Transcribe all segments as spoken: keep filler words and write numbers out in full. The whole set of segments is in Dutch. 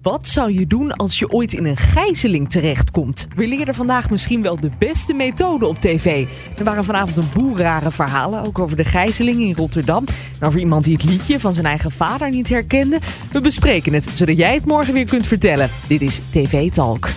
Wat zou je doen als je ooit in een gijzeling terechtkomt? We leerden vandaag misschien wel de beste methode op tv. Er waren vanavond een boel rare verhalen, ook over de gijzeling in Rotterdam. En over iemand die het liedje van zijn eigen vader niet herkende. We bespreken het, zodat jij het morgen weer kunt vertellen. Dit is T V Talk.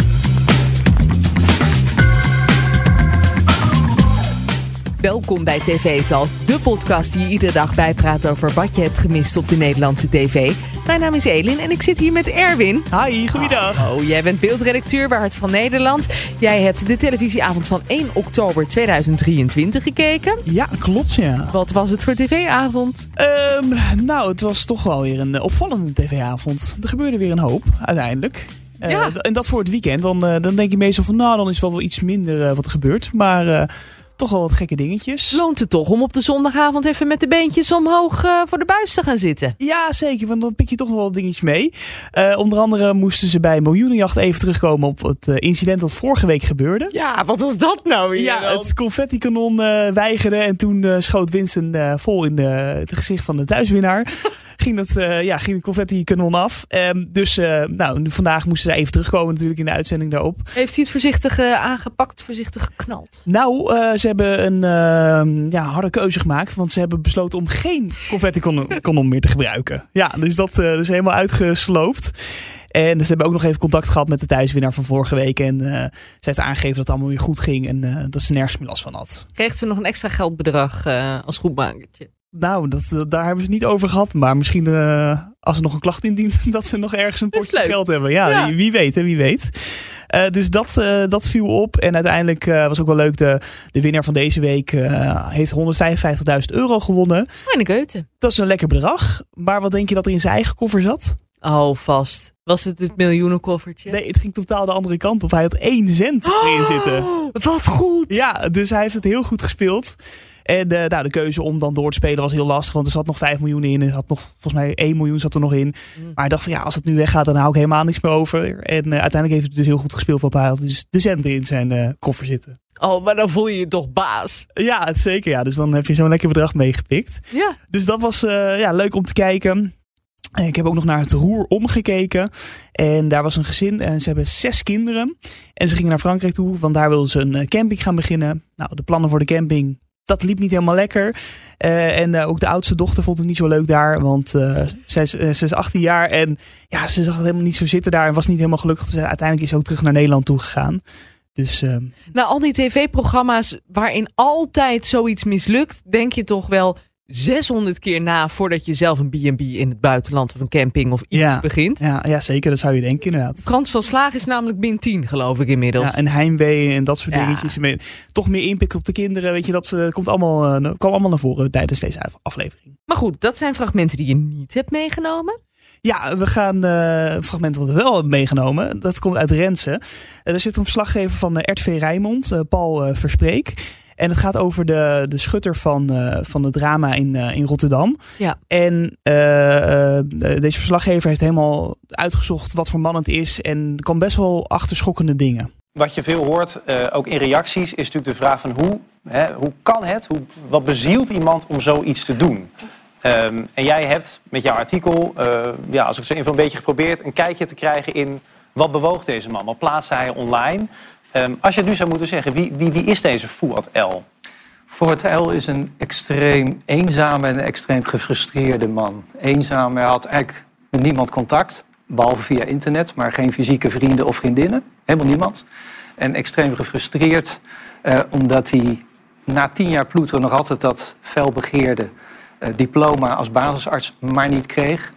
Welkom bij T V Talk, de podcast die je iedere dag bijpraat over wat je hebt gemist op de Nederlandse tv. Mijn naam is Elin en ik zit hier met Erwin. Hi, goeiedag. Oh, jij bent beeldredacteur bij Hart van Nederland. Jij hebt de televisieavond van één oktober tweeduizend drieëntwintig gekeken. Ja, klopt, ja. Wat was het voor tv-avond? Um, nou, het was toch wel weer een opvallende tv-avond. Er gebeurde weer een hoop, uiteindelijk. Uh, Ja. En dat voor het weekend. Dan, uh, dan denk je meestal van, nou, dan is wel wel iets minder uh, wat er gebeurt. Maar uh, toch wel wat gekke dingetjes. Loont het toch om op de zondagavond even met de beentjes omhoog uh, voor de buis te gaan zitten? Ja, zeker, want dan pik je toch wel wat dingetjes mee. Uh, onder andere moesten ze bij Miljoenenjacht even terugkomen op het uh, incident dat vorige week gebeurde. Ja, wat was dat nou weer? Ja, het confetti-kanon uh, weigerde en toen uh, schoot Winston uh, vol in de, het gezicht van de thuiswinnaar. Ging het uh, ja, ging de confetti-kanon af. Um, dus uh, nou, nu, vandaag moesten ze even terugkomen natuurlijk in de uitzending daarop. Heeft hij het voorzichtig uh, aangepakt, voorzichtig geknald? Nou, uh, ze hebben een uh, ja, harde keuze gemaakt. Want ze hebben besloten om geen confetti-kanon meer te gebruiken. Ja, dus dat, uh, dat is helemaal uitgesloopt. En ze hebben ook nog even contact gehad met de thuiswinnaar van vorige week. En uh, ze heeft aangegeven dat het allemaal weer goed ging. En uh, dat ze nergens meer last van had. Kreeg ze nog een extra geldbedrag uh, als goedmakertje? Nou, dat, daar hebben ze het niet over gehad. Maar misschien uh, als ze nog een klacht indient, dat ze nog ergens een potje geld hebben. Ja, ja. Wie, wie weet, hè, wie weet. Uh, dus dat, uh, dat viel op. En uiteindelijk uh, was ook wel leuk. De, de winnaar van deze week uh, heeft honderdvijfenvijftigduizend euro gewonnen. Fijne keuten. Dat is een lekker bedrag. Maar wat denk je dat er in zijn eigen koffer zat? Oh, vast. Was het het miljoenenkoffertje? Nee, het ging totaal de andere kant op. Hij had één cent erin zitten. Oh, wat goed. Ja, dus hij heeft het heel goed gespeeld. En uh, nou, de keuze om dan door te spelen was heel lastig. Want er zat nog vijf miljoen in. Er zat nog, volgens mij één miljoen zat er nog in. Mm. Maar hij dacht van ja, als het nu weggaat, dan hou ik helemaal niks meer over. En uh, uiteindelijk heeft het dus heel goed gespeeld. Want hij had dus de centen in zijn uh, koffer zitten. Oh, maar dan voel je je toch baas? Ja, het zeker. Ja. Dus dan heb je zo'n lekker bedrag meegepikt. Ja. Dus dat was uh, ja, leuk om te kijken. Ik heb ook nog naar het Roer omgekeken. En daar was een gezin en ze hebben zes kinderen. En ze gingen naar Frankrijk toe, want daar wilden ze een camping gaan beginnen. Nou, de plannen voor de camping, dat liep niet helemaal lekker. Uh, en uh, ook de oudste dochter vond het niet zo leuk daar. Want uh, zij, is, uh, ze is achttien jaar en ja, ze zag het helemaal niet zo zitten daar. En was niet helemaal gelukkig. Dus uiteindelijk is ze ook terug naar Nederland toe gegaan. Dus, uh... nou, al die tv-programma's waarin altijd zoiets mislukt, denk je toch wel zeshonderd keer na voordat je zelf een B en B in het buitenland of een camping of iets ja, begint. Ja, ja, zeker. Dat zou je denken, inderdaad. Kans van slagen is namelijk min tien, geloof ik inmiddels. Ja, en heimwee en dat soort ja. dingetjes. Toch meer impact op de kinderen. Weet je, dat uh, komt allemaal, uh, kwam allemaal naar voren tijdens deze aflevering. Maar goed, dat zijn fragmenten die je niet hebt meegenomen. Ja, we gaan uh, een fragment wat we wel hebben meegenomen. Dat komt uit Renze. Uh, er zit een verslaggever van uh, R T V Rijnmond, uh, Paul uh, Verspreek. En het gaat over de, de schutter van, uh, van het drama in, uh, in Rotterdam. Ja. En uh, uh, deze verslaggever heeft helemaal uitgezocht wat voor man het is. En er kwam best wel achter schokkende dingen. Wat je veel hoort, uh, ook in reacties, is natuurlijk de vraag van hoe, hè, hoe kan het? Hoe, wat bezielt iemand om zoiets te doen? Um, en jij hebt met jouw artikel, uh, ja, als ik zo even een beetje geprobeerd, een kijkje te krijgen in wat bewoog deze man? Wat plaatste hij online? Um, als je het nu zou moeten zeggen, wie, wie, wie is deze Fouad El? Fouad El is een extreem eenzame en extreem gefrustreerde man. Eenzaam, hij had eigenlijk met niemand contact, behalve via internet, maar geen fysieke vrienden of vriendinnen. Helemaal niemand. En extreem gefrustreerd, uh, omdat hij na tien jaar ploeteren nog altijd dat felbegeerde uh, diploma als basisarts maar niet kreeg.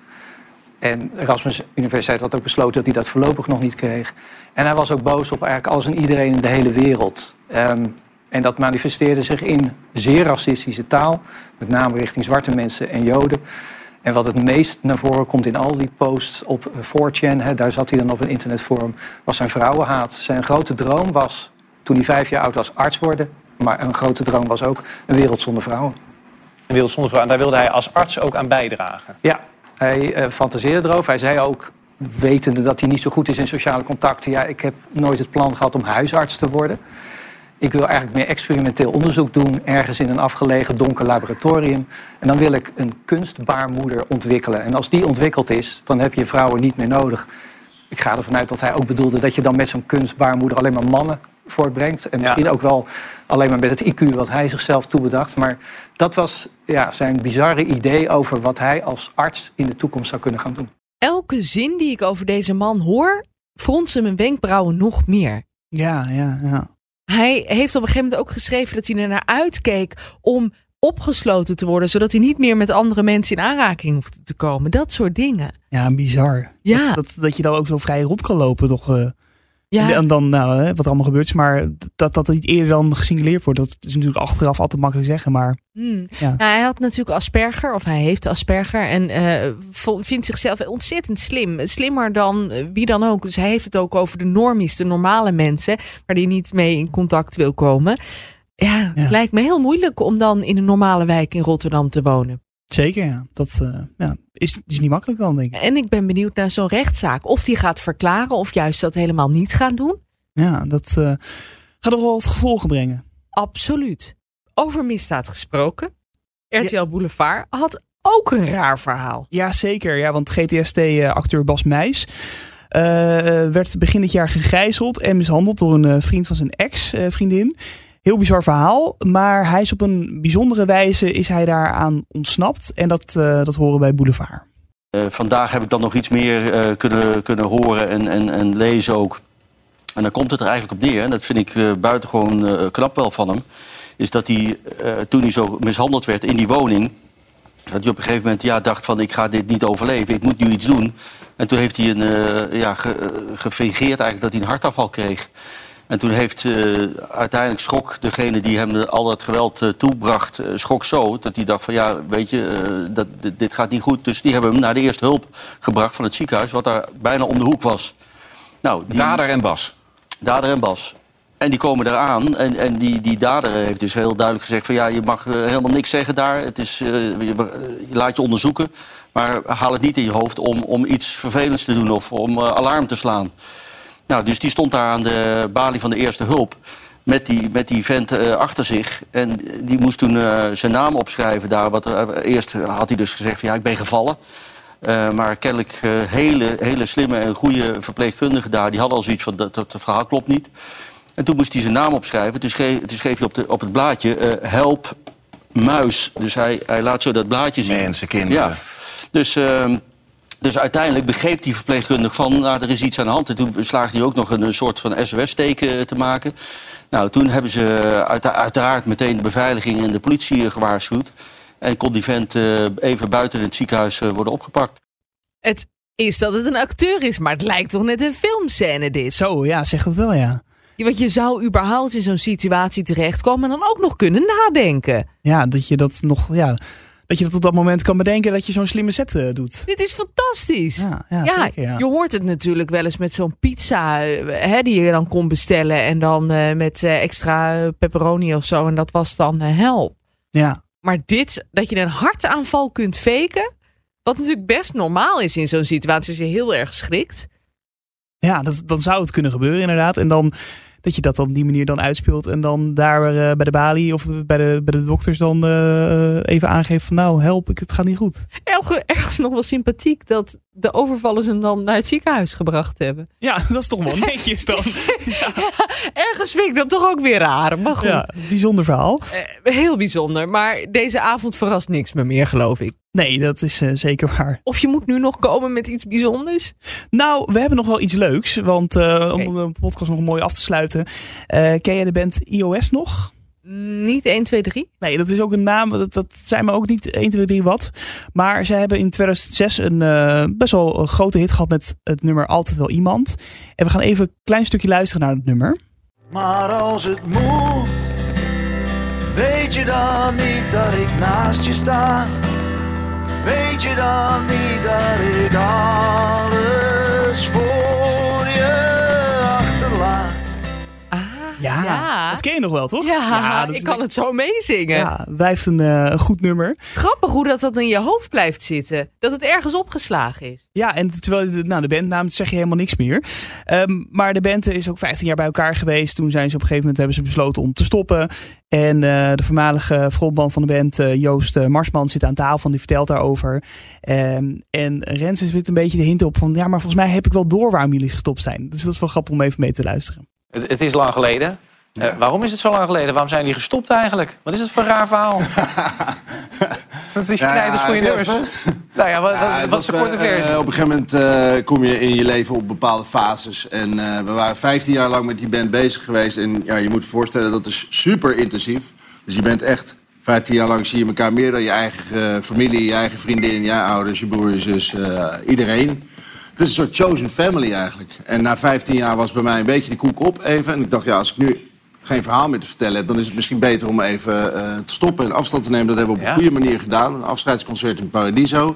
En Erasmus Universiteit had ook besloten dat hij dat voorlopig nog niet kreeg. En hij was ook boos op eigenlijk alles en iedereen in de hele wereld. Um, en dat manifesteerde zich in zeer racistische taal. Met name richting zwarte mensen en Joden. En wat het meest naar voren komt in al die posts op four chan... Hè, daar zat hij dan op een internetforum, was zijn vrouwenhaat. Zijn grote droom was, toen hij vijf jaar oud was, arts worden. Maar een grote droom was ook een wereld zonder vrouwen. Een wereld zonder vrouwen. En daar wilde hij als arts ook aan bijdragen. Ja. Hij uh, fantaseerde erover. Hij zei ook, wetende dat hij niet zo goed is in sociale contacten, ja, ik heb nooit het plan gehad om huisarts te worden. Ik wil eigenlijk meer experimenteel onderzoek doen, ergens in een afgelegen donker laboratorium. En dan wil ik een kunstbaarmoeder ontwikkelen. En als die ontwikkeld is, dan heb je vrouwen niet meer nodig. Ik ga ervan uit dat hij ook bedoelde dat je dan met zo'n kunstbaarmoeder alleen maar mannen voortbrengt. En misschien ja. ook wel alleen maar met het I Q wat hij zichzelf toebedacht. Maar dat was ja, zijn bizarre idee over wat hij als arts in de toekomst zou kunnen gaan doen. Elke zin die ik over deze man hoor, fronsen mijn wenkbrauwen nog meer. Ja, ja, ja. Hij heeft op een gegeven moment ook geschreven dat hij er naar uitkeek om opgesloten te worden, zodat hij niet meer met andere mensen in aanraking hoeft te komen. Dat soort dingen. Ja, bizar. Ja. Dat, dat, dat je dan ook zo vrij rond kan lopen, toch? Uh, ja. En dan, nou, wat er allemaal gebeurt is, maar dat dat niet eerder dan gesignaleerd wordt, dat is natuurlijk achteraf altijd makkelijk zeggen, maar... Hmm. Ja. Nou, hij had natuurlijk Asperger, of hij heeft Asperger, en uh, vindt zichzelf ontzettend slim. Slimmer dan uh, wie dan ook. Dus hij heeft het ook over de normies, de normale mensen, waar hij niet mee in contact wil komen. Ja, ja, het lijkt me heel moeilijk om dan in een normale wijk in Rotterdam te wonen. Zeker, ja. Dat uh, ja, is, is niet makkelijk dan, denk ik. En ik ben benieuwd naar zo'n rechtszaak. Of die gaat verklaren of juist dat helemaal niet gaat doen. Ja, dat uh, gaat nog wel wat gevolgen brengen. Absoluut. Over misdaad gesproken. R T L ja. Boulevard had ook een raar verhaal. Ja, zeker. Ja, want G T S T-acteur Bas Meijs uh, werd begin dit jaar gegijzeld en mishandeld door een uh, vriend van zijn ex-vriendin. Uh, Heel bizar verhaal, maar hij is op een bijzondere wijze is hij daaraan ontsnapt. En dat, uh, dat horen bij Boulevard. Uh, vandaag heb ik dan nog iets meer uh, kunnen, kunnen horen en, en, en lezen ook. En dan komt het er eigenlijk op neer, en dat vind ik uh, buitengewoon uh, knap wel van hem. Is dat hij, uh, toen hij zo mishandeld werd in die woning, dat hij op een gegeven moment ja, dacht van ik ga dit niet overleven, ik moet nu iets doen. En toen heeft hij een, uh, ja, ge, uh, gefingeerd eigenlijk dat hij een hartaanval kreeg. En toen heeft uh, uiteindelijk schrok degene die hem al dat geweld uh, toebracht, uh, schrok zo dat hij dacht van ja, weet je, uh, dat, dit, dit gaat niet goed. Dus die hebben hem naar de eerste hulp gebracht van het ziekenhuis, wat daar bijna om de hoek was. Nou, die, Dader en Bas. Dader en Bas. En die komen eraan en, en die, die dader heeft dus heel duidelijk gezegd van ja, je mag uh, helemaal niks zeggen daar. Het is, uh, je, je laat je onderzoeken, maar haal het niet in je hoofd om, om iets vervelends te doen of om uh, alarm te slaan. Nou, dus die stond daar aan de balie van de eerste hulp met die, met die vent uh, achter zich. En die moest toen uh, zijn naam opschrijven daar. Wat, uh, eerst had hij dus gezegd van ja, ik ben gevallen. Uh, maar kennelijk uh, hele, hele slimme en goede verpleegkundigen daar, die hadden al zoiets van dat het verhaal klopt niet. En toen moest hij zijn naam opschrijven. Toen schreef, toen schreef hij op, de, op het blaadje uh, help muis. Dus hij, hij laat zo dat blaadje zien. Mensen, kinderen. Ja. Dus... Uh, Dus uiteindelijk begreep die verpleegkundige van, nou, er is iets aan de hand. En toen slaagde hij ook nog een, een soort van S O S-teken te maken. Nou, toen hebben ze uit, uiteraard meteen de beveiliging en de politie gewaarschuwd. En kon die vent uh, even buiten het ziekenhuis uh, worden opgepakt. Het is dat het een acteur is, maar het lijkt toch net een filmscène dit. Zo, ja, zeg dat wel, ja. Ja, want je zou überhaupt in zo'n situatie terechtkomen en dan ook nog kunnen nadenken. Ja, dat je dat nog... Ja. Dat je dat op dat moment kan bedenken dat je zo'n slimme set uh, doet. Dit is fantastisch. Ja, ja, ja, zeker, ja. Je hoort het natuurlijk wel eens met zo'n pizza hè, die je dan kon bestellen. En dan uh, met uh, extra pepperoni of zo. En dat was dan uh, hel. Ja. Maar dit, dat je een hartaanval kunt faken. Wat natuurlijk best normaal is in zo'n situatie als je heel erg schrikt. Ja, dat, dan zou het kunnen gebeuren inderdaad. En dan... Dat je dat op die manier dan uitspeelt en dan daar uh, bij de balie of bij de, bij de dokters dan uh, even aangeeft van nou help, ik, het gaat niet goed. Erg, ergens nog wel sympathiek dat de overvallers hem dan naar het ziekenhuis gebracht hebben. Ja, dat is toch wel netjes dan. Ja. Ja, ergens vind ik dat toch ook weer raar, maar goed. Ja, bijzonder verhaal. Uh, heel bijzonder, maar deze avond verrast niks me meer, geloof ik. Nee, dat is uh, zeker waar. Of je moet nu nog komen met iets bijzonders? Nou, we hebben nog wel iets leuks. Want uh, okay. om de podcast nog mooi af te sluiten. Uh, ken jij de band I O S nog? Niet één, twee, drie? Nee, dat is ook een naam. Dat, dat zijn maar ook niet één, twee, drie wat. Maar zij hebben in tweeduizend zes een uh, best wel een grote hit gehad met het nummer Altijd Wel Iemand. En we gaan even een klein stukje luisteren naar het nummer. Maar als het moet, weet je dan niet dat ik naast je sta? Weet je dan niet dat ik alles voor je achterlaat? Ah, ja, ja, dat ken je je nog wel, toch? Ja, dat ik is kan het zo meezingen. Ja, blijft een uh, goed nummer. Grappig hoe dat, dat in je hoofd blijft zitten. Dat het ergens opgeslagen is. Ja, en terwijl de, nou, de bandnaam zeg je helemaal niks meer. Um, maar de band is ook vijftien jaar bij elkaar geweest. Toen zijn ze op een gegeven moment hebben ze besloten om te stoppen. En uh, de voormalige frontman van de band, uh, Joost uh, Marsman, zit aan tafel en die vertelt daarover. Um, en Rens zit een beetje de hint op van, ja, maar volgens mij heb ik wel door waarom jullie gestopt zijn. Dus dat is wel grappig om even mee te luisteren. Het, het is lang geleden. Ja. Uh, waarom is het zo lang geleden? Waarom zijn die gestopt eigenlijk? Wat is het voor een raar verhaal? Dat is ja, knijters goede nummers. Nou ja, wat, ja, wat is de korte versie? Uh, op een gegeven moment uh, kom je in je leven op bepaalde fases. En uh, we waren vijftien jaar lang met die band bezig geweest. En ja, je moet je voorstellen, dat is super intensief. Dus je bent echt vijftien jaar lang zie je elkaar meer dan je eigen uh, familie, je eigen vriendin, je ouders, je broer, je zus, uh, iedereen. Het is een soort chosen family eigenlijk. En na vijftien jaar was bij mij een beetje de koek op even. En ik dacht, ja, als ik nu geen verhaal meer te vertellen heb, dan is het misschien beter om even uh, te stoppen en afstand te nemen. Dat hebben we op een ja. goede manier gedaan. Een afscheidsconcert in Paradiso.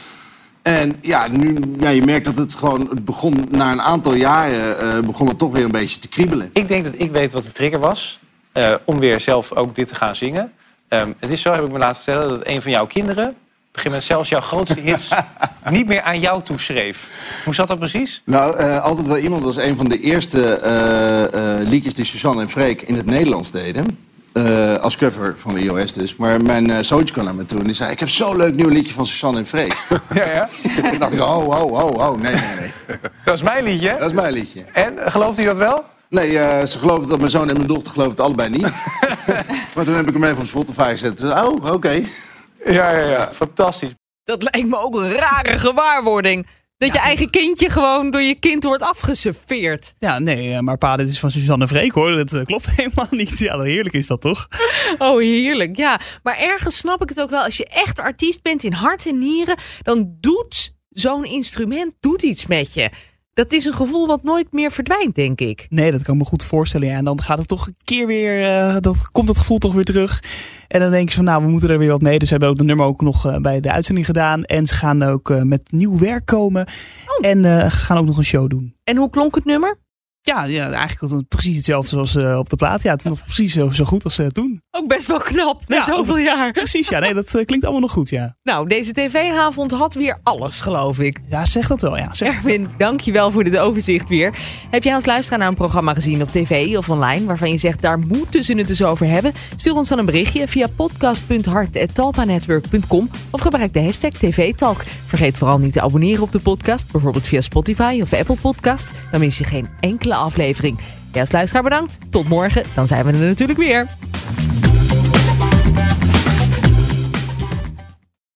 En ja, nu, ja, je merkt dat het gewoon, het begon na een aantal jaren, uh, begon het toch weer een beetje te kriebelen. Ik denk dat ik weet wat de trigger was, uh, om weer zelf ook dit te gaan zingen. Um, het is zo, heb ik me laten vertellen, dat een van jouw kinderen, op een gegeven moment zelfs jouw grootste hits, niet meer aan jou toeschreef. Hoe zat dat precies? Nou, uh, Altijd Wel Iemand was een van de eerste uh, uh, liedjes die Suzanne en Freek in het Nederlands deden. Uh, als cover van de I O S dus. Maar mijn uh, zoontje kwam naar me toe en die zei, ik heb zo'n leuk nieuw liedje van Suzanne en Freek. Ja, ja. En toen dacht ik, oh, oh, oh, oh, nee, nee, nee. Dat is mijn liedje? Dat is mijn liedje. En, gelooft hij dat wel? Nee, uh, ze geloven dat mijn zoon en mijn dochter geloven het allebei niet. Maar toen heb ik hem even op Spotify gezet. Oh, oké. Okay. Ja, ja, ja. Fantastisch. Dat lijkt me ook een rare gewaarwording. Dat ja, je eigen kindje gewoon door je kind wordt afgeserveerd. Ja, nee, maar pa, dit is van Suzanne Freek, hoor. Dat uh, klopt helemaal niet. Ja, heerlijk is dat toch? Oh, heerlijk, ja. Maar ergens snap ik het ook wel. Als je echt artiest bent in hart en nieren, dan doet zo'n instrument doet iets met je. Dat is een gevoel wat nooit meer verdwijnt, denk ik. Nee, dat kan ik me goed voorstellen. Ja. En dan gaat het toch een keer weer, uh, dan komt het gevoel toch weer terug. En dan denk je van, nou, we moeten er weer wat mee. Dus we hebben ook de nummer ook nog uh, bij de uitzending gedaan. En ze gaan ook uh, met nieuw werk komen. Oh. En uh, ze gaan ook nog een show doen. En hoe klonk het nummer? Ja, ja, eigenlijk was het precies hetzelfde zoals uh, op de plaat. Ja, het is nog precies zo, zo goed als uh, toen. Ook best wel knap, na ja, zoveel jaar. Precies, ja. Nee, dat uh, klinkt allemaal nog goed, ja. Nou, deze tv-avond had weer alles, geloof ik. Ja, zeg dat wel, ja. Zeg Erwin, dankjewel voor dit overzicht weer. Heb jij als luisteraar naar een programma gezien op tv of online, waarvan je zegt, daar moeten ze het dus over hebben? Stuur ons dan een berichtje via podcast punt hart at talpanetwork punt com of gebruik de hashtag T V Talk. Vergeet vooral niet te abonneren op de podcast, bijvoorbeeld via Spotify of Apple Podcast. Dan mis je geen enkele aflevering. Ja, als luisteraar bedankt. Tot morgen, dan zijn we er natuurlijk weer.